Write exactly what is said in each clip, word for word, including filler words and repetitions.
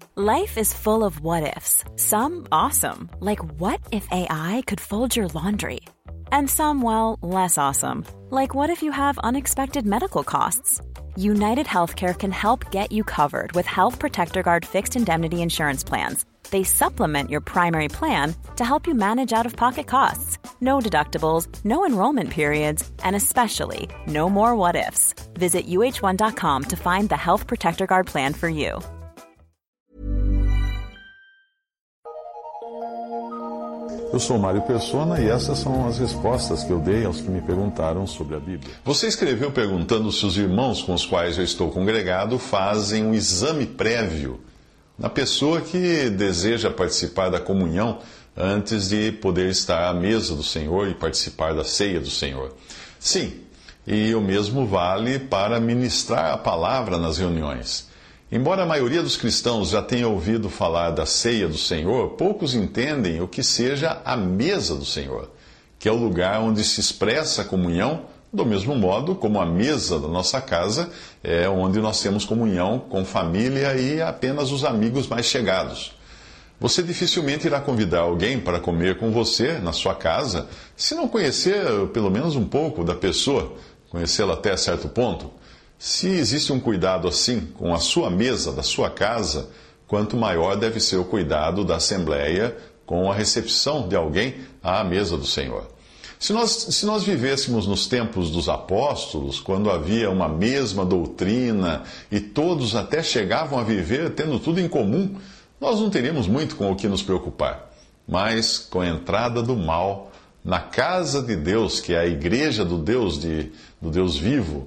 Life is full of what-ifs. Some awesome, like what if A I could fold your laundry? And some, well, less awesome, like what if you have unexpected medical costs? United Healthcare can help get you covered with Health Protector Guard fixed indemnity insurance plans. They supplement your primary plan to help you manage out-of-pocket costs. No deductibles, no enrollment periods, and especially no more what-ifs. Visit U H one dot com to find the Health Protector Guard plan for you. Eu sou Mário Persona e essas são as respostas que eu dei aos que me perguntaram sobre a Bíblia. Você escreveu perguntando se os irmãos com os quais eu estou congregado fazem um exame prévio na pessoa que deseja participar da comunhão antes de poder estar à mesa do Senhor e participar da ceia do Senhor. Sim, e o mesmo vale para ministrar a palavra nas reuniões. Embora a maioria dos cristãos já tenha ouvido falar da ceia do Senhor, poucos entendem o que seja a mesa do Senhor, que é o lugar onde se expressa a comunhão, do mesmo modo como a mesa da nossa casa é onde nós temos comunhão com família e apenas os amigos mais chegados. Você dificilmente irá convidar alguém para comer com você na sua casa se não conhecer pelo menos um pouco da pessoa, conhecê-la até certo ponto. Se existe um cuidado assim com a sua mesa da sua casa, quanto maior deve ser o cuidado da Assembleia com a recepção de alguém à mesa do Senhor. Se nós, se nós vivêssemos nos tempos dos apóstolos, quando havia uma mesma doutrina e todos até chegavam a viver tendo tudo em comum, nós não teríamos muito com o que nos preocupar. Mas com a entrada do mal na casa de Deus, que é a igreja do Deus, de, do Deus vivo,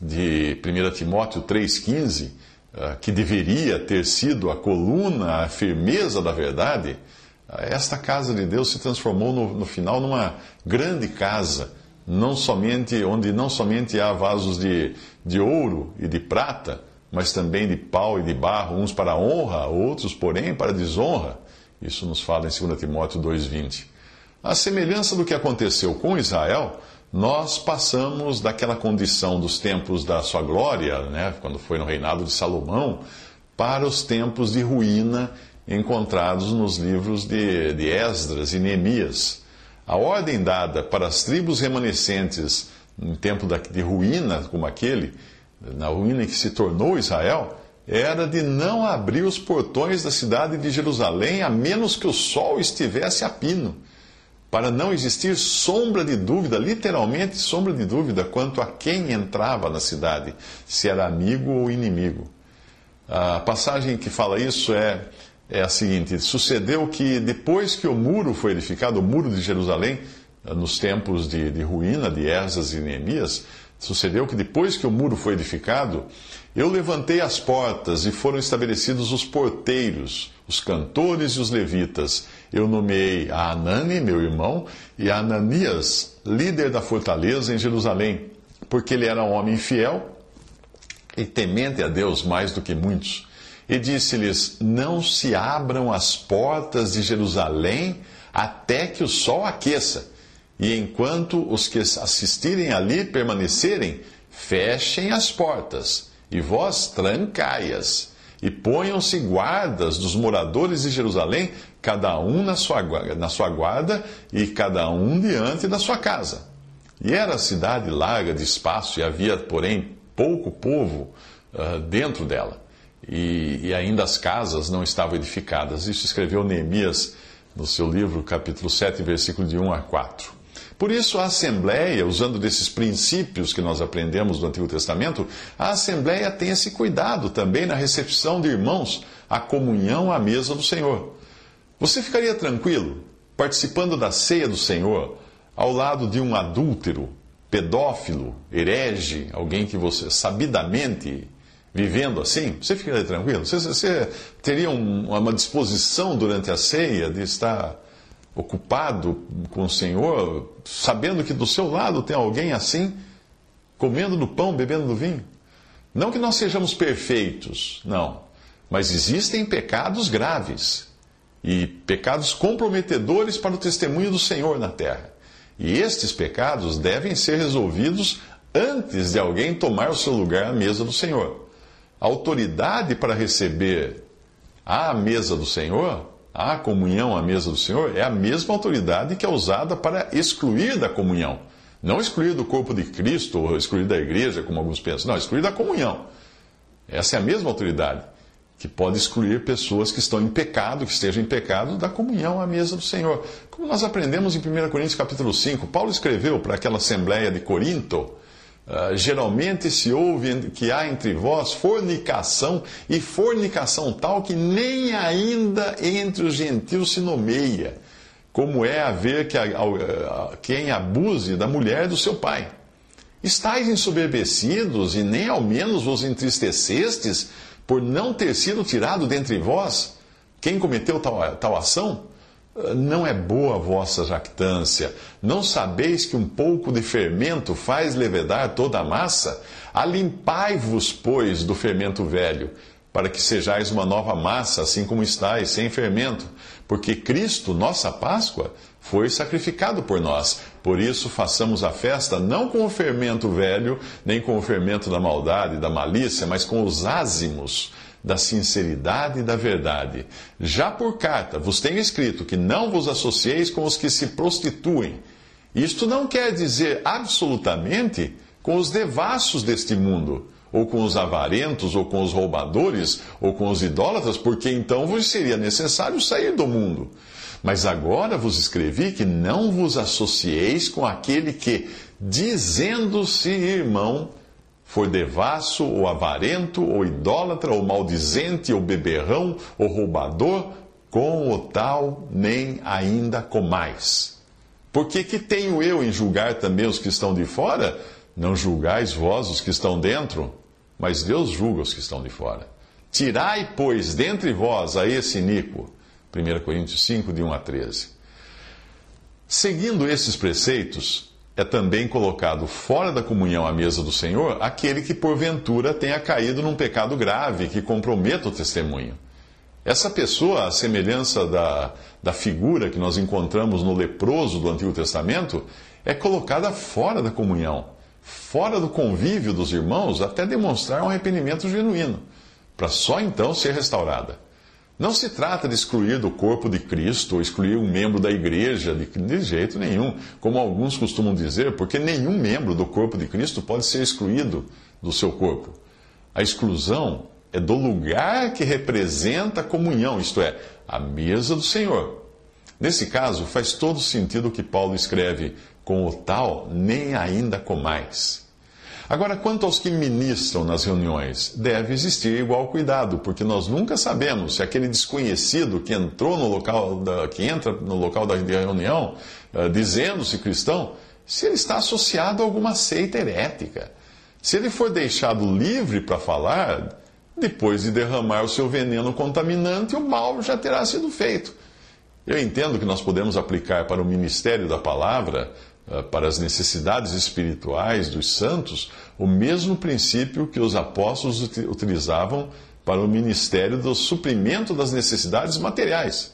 de primeiro Timóteo três quinze, que deveria ter sido a coluna, a firmeza da verdade, esta casa de Deus se transformou no, no final numa grande casa, não somente, onde não somente há vasos de, de ouro e de prata, mas também de pau e de barro, uns para honra, outros, porém, para desonra. Isso nos fala em dois Timóteo dois vinte. À semelhança do que aconteceu com Israel, nós passamos daquela condição dos tempos da sua glória, né, quando foi no reinado de Salomão, para os tempos de ruína encontrados nos livros de, de Esdras e Neemias. A ordem dada para as tribos remanescentes em tempo de ruína como aquele, na ruína em que se tornou Israel, era de não abrir os portões da cidade de Jerusalém a menos que o sol estivesse a pino, para não existir sombra de dúvida, literalmente sombra de dúvida, quanto a quem entrava na cidade, se era amigo ou inimigo. A passagem que fala isso é, é a seguinte: sucedeu que depois que o muro foi edificado, o muro de Jerusalém, nos tempos de, de ruína de Esdras e Neemias, sucedeu que depois que o muro foi edificado, eu levantei as portas e foram estabelecidos os porteiros, os cantores e os levitas. Eu nomeei a Anani, meu irmão, e a Ananias, líder da fortaleza em Jerusalém, porque ele era um homem fiel e temente a Deus mais do que muitos. E disse-lhes: não se abram as portas de Jerusalém até que o sol aqueça. E enquanto os que assistirem ali permanecerem, fechem as portas, e vós trancai-as. E ponham-se guardas dos moradores de Jerusalém, cada um na sua, na sua guarda, e cada um diante da sua casa. E era a cidade larga de espaço, e havia, porém, pouco povo uh, dentro dela. E, e ainda as casas não estavam edificadas. Isso escreveu Neemias no seu livro, capítulo sete, versículo de um a quatro. Por isso, a Assembleia, usando desses princípios que nós aprendemos do Antigo Testamento, a Assembleia tem esse cuidado também na recepção de irmãos à comunhão à mesa do Senhor. Você ficaria tranquilo participando da ceia do Senhor ao lado de um adúltero, pedófilo, herege, alguém que você sabidamente vivendo assim? Você ficaria tranquilo? Você, você teria um, uma disposição durante a ceia de estar ocupado com o Senhor, sabendo que do seu lado tem alguém assim, comendo do pão, bebendo do vinho? Não que nós sejamos perfeitos, não. Mas existem pecados graves e pecados comprometedores para o testemunho do Senhor na terra. E estes pecados devem ser resolvidos antes de alguém tomar o seu lugar à mesa do Senhor. A autoridade para receber A mesa do Senhor, a comunhão à mesa do Senhor, é a mesma autoridade que é usada para excluir da comunhão. Não excluir do corpo de Cristo, ou excluir da igreja, como alguns pensam. Não, excluir da comunhão. Essa é a mesma autoridade que pode excluir pessoas que estão em pecado, que estejam em pecado, da comunhão à mesa do Senhor. Como nós aprendemos em primeira Coríntios capítulo cinco, Paulo escreveu para aquela assembleia de Corinto, uh, geralmente se ouve que há entre vós fornicação, e fornicação tal que nem ainda entre os gentios se nomeia, como é haver que a, a, a, quem abuse da mulher do seu pai. Estais ensoberbecidos e nem ao menos vos entristecestes por não ter sido tirado dentre vós quem cometeu tal, tal ação? Não é boa a vossa jactância. Não sabeis que um pouco de fermento faz levedar toda a massa? Alimpai-vos, pois, do fermento velho, para que sejais uma nova massa, assim como estáis, sem fermento. Porque Cristo, nossa Páscoa, foi sacrificado por nós. Por isso, façamos a festa não com o fermento velho, nem com o fermento da maldade e da malícia, mas com os ázimos da sinceridade e da verdade. Já por carta vos tenho escrito que não vos associeis com os que se prostituem. Isto não quer dizer absolutamente com os devassos deste mundo, ou com os avarentos, ou com os roubadores, ou com os idólatras, porque então vos seria necessário sair do mundo. Mas agora vos escrevi que não vos associeis com aquele que, dizendo-se irmão, for devasso, ou avarento, ou idólatra, ou maldizente, ou beberrão, ou roubador, com o tal nem ainda comais. Porque que tenho eu em julgar também os que estão de fora? Não julgais vós os que estão dentro, mas Deus julga os que estão de fora. Tirai, pois, dentre vós a esse iníquo. primeira Coríntios cinco, de um a treze. Seguindo esses preceitos, é também colocado fora da comunhão à mesa do Senhor aquele que porventura tenha caído num pecado grave que comprometa o testemunho. Essa pessoa, à semelhança da, da figura que nós encontramos no leproso do Antigo Testamento, é colocada fora da comunhão, fora do convívio dos irmãos, até demonstrar um arrependimento genuíno, para só então ser restaurada. Não se trata de excluir do corpo de Cristo ou excluir um membro da igreja, de, de jeito nenhum, como alguns costumam dizer, porque nenhum membro do corpo de Cristo pode ser excluído do seu corpo. A exclusão é do lugar que representa a comunhão, isto é, a mesa do Senhor. Nesse caso, faz todo sentido o que Paulo escreve, com o tal nem ainda comais. Agora, quanto aos que ministram nas reuniões, deve existir igual cuidado, porque nós nunca sabemos se aquele desconhecido que entrou no local da, que entra no local da reunião, uh, dizendo-se cristão, se ele está associado a alguma seita herética. Se ele for deixado livre para falar, depois de derramar o seu veneno contaminante, o mal já terá sido feito. Eu entendo que nós podemos aplicar para o ministério da palavra, para as necessidades espirituais dos santos, o mesmo princípio que os apóstolos utilizavam para o ministério do suprimento das necessidades materiais.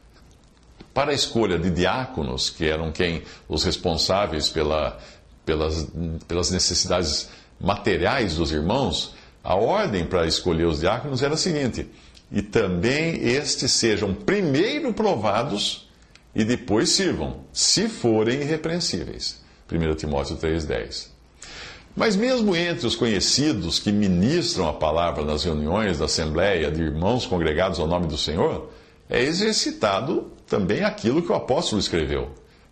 Para a escolha de diáconos, que eram quem os responsáveis pela, pelas, pelas necessidades materiais dos irmãos, a ordem para escolher os diáconos era a seguinte: e também estes sejam primeiro provados e depois sirvam, se forem irrepreensíveis. primeira Timóteo três, dez. Mas mesmo entre os conhecidos que ministram a palavra nas reuniões da Assembleia de irmãos congregados ao nome do Senhor, é exercitado também aquilo que o apóstolo escreveu.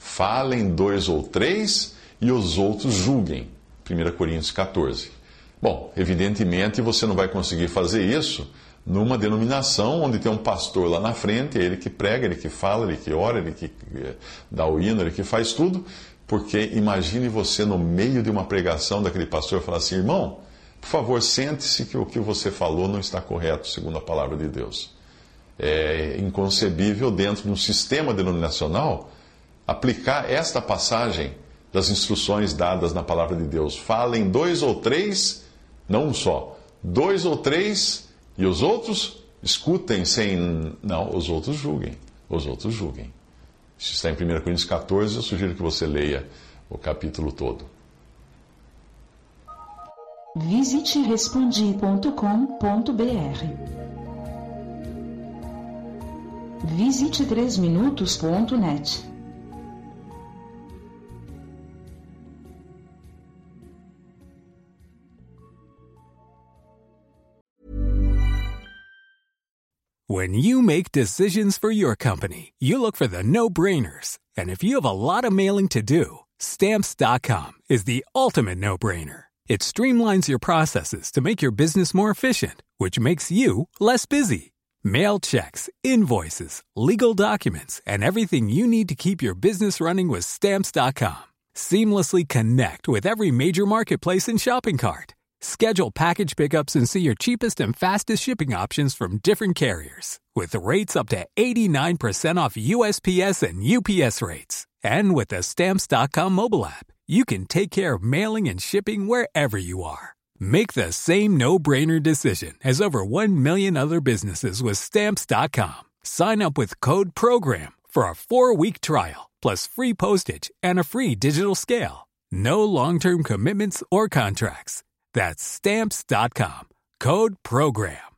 Falem dois ou três e os outros julguem. primeira Coríntios quatorze. Bom, evidentemente você não vai conseguir fazer isso numa denominação onde tem um pastor lá na frente, é ele que prega, ele que fala, ele que ora, ele que dá o hino, ele que faz tudo, porque imagine você no meio de uma pregação daquele pastor falar assim: irmão, por favor, sente-se que o que você falou não está correto, segundo a palavra de Deus. É inconcebível, dentro de um sistema denominacional, aplicar esta passagem das instruções dadas na palavra de Deus. Falem dois ou três, não um só, dois ou três, e os outros escutem sem... Não, os outros julguem. Os outros julguem. Isso está em primeira Coríntios quatorze, eu sugiro que você leia o capítulo todo. Visite respondi ponto com ponto br. Visite três minutos ponto net. When you make decisions for your company, you look for the no-brainers. And if you have a lot of mailing to do, Stamps dot com is the ultimate no-brainer. It streamlines your processes to make your business more efficient, which makes you less busy. Mail checks, invoices, legal documents, and everything you need to keep your business running with Stamps dot com. Seamlessly connect with every major marketplace and shopping cart. Schedule package pickups and see your cheapest and fastest shipping options from different carriers, with rates up to eighty-nine percent off U S P S and U P S rates. And with the Stamps dot com mobile app, you can take care of mailing and shipping wherever you are. Make the same no-brainer decision as over one million other businesses with Stamps dot com. Sign up with code PROGRAM for a four-week trial, plus free postage and a free digital scale. No long-term commitments or contracts. That's Stamps dot com. Code PROGRAM.